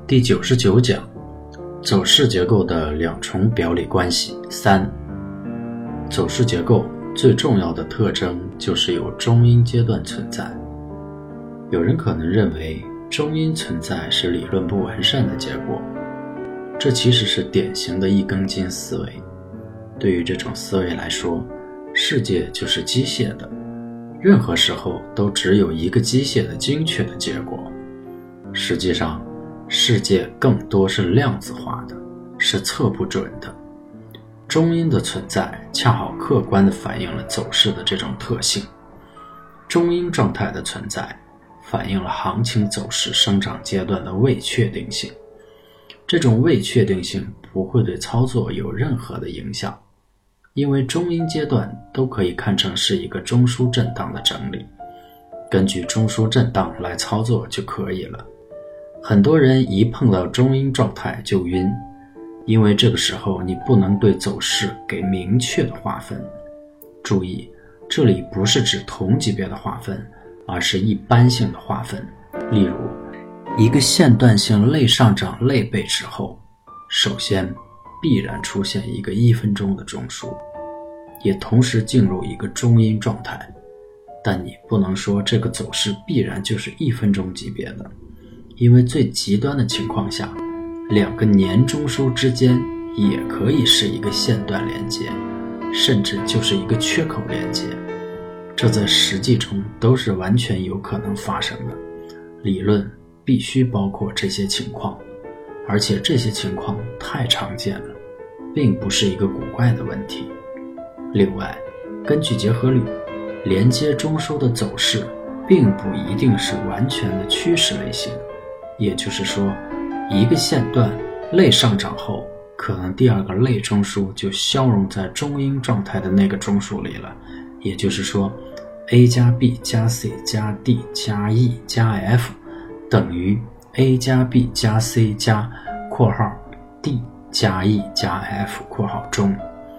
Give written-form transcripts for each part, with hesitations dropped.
第99讲，走势结构的两重表里关系3。走势结构最重要的特征就是有中阴阶段存在。有人可能认为中阴存在是理论不完善的结果，这其实是典型的一根筋思维。对于这种思维来说，世界就是机械的，任何时候都只有一个机械的精确的结果。实际上，世界更多是量子化的，是测不准的。中阴的存在恰好客观地反映了走势的这种特性。中阴状态的存在反映了行情走势生长阶段的未确定性，这种未确定性不会对操作有任何的影响，因为中阴阶段都可以看成是一个中枢震荡的整理，根据中枢震荡来操作就可以了。很多人一碰到中阴状态就晕，因为这个时候你不能对走势给明确的划分。注意，这里不是指同级别的划分，而是一般性的划分。例如，一个线段性类上涨类背驰后，首先必然出现一个1分钟的中枢，也同时进入一个中阴状态，但你不能说这个走势必然就是1分钟级别的，因为最极端的情况下，两个年中枢之间也可以是一个线段连接，甚至就是一个缺口连接，这在实际中都是完全有可能发生的。理论必须包括这些情况，而且这些情况太常见了，并不是一个古怪的问题。另外，根据结合律，连接中枢的走势并不一定是完全的趋势类型，也就是说，一个线段类上涨后，可能第二个类中枢就消融在中阴状态的那个中枢里了。也就是说 A 加 B 加 C 加 D 加 E 加 F 等于 A 加 B 加 C 加括号 D 加 E 加 F 括号中。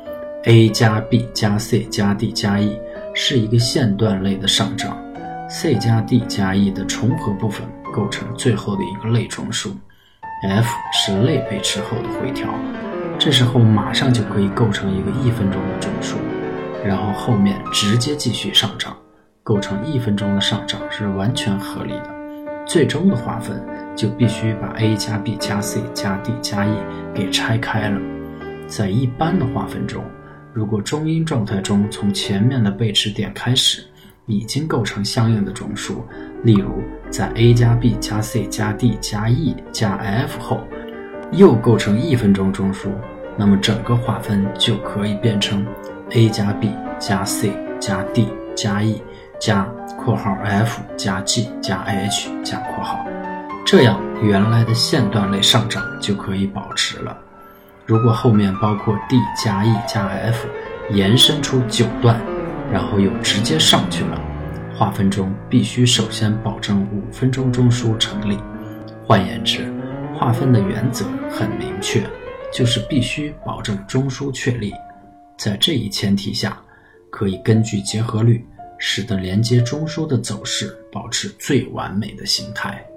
A 加 B 加 C 加 D 加 E 是一个线段类的上涨， C 加 D 加 E 的重合部分构成最后的一个类中枢， F 是类背驰后的回调，这时候马上就可以构成一个1分钟的中枢，然后后面直接继续上涨，构成1分钟的上涨是完全合理的。最终的划分就必须把 A 加 B 加 C 加 D 加 E 给拆开了。在一般的划分中，如果中阴状态中从前面的背驰点开始已经构成相应的中枢，例如在 A 加 B 加 C 加 D 加 E 加 F 后又构成1分钟中枢，那么整个划分就可以变成 A 加 B 加 C 加 D 加 E 加括号 F 加 G 加 H 加括号，这样原来的线段类上涨就可以保持了。如果后面包括 D 加 E 加 F 延伸出9段，然后又直接上去了，划分中必须首先保证5分钟中枢成立。换言之，划分的原则很明确，就是必须保证中枢确立。在这一前提下，可以根据结合律使得连接中枢的走势保持最完美的形态。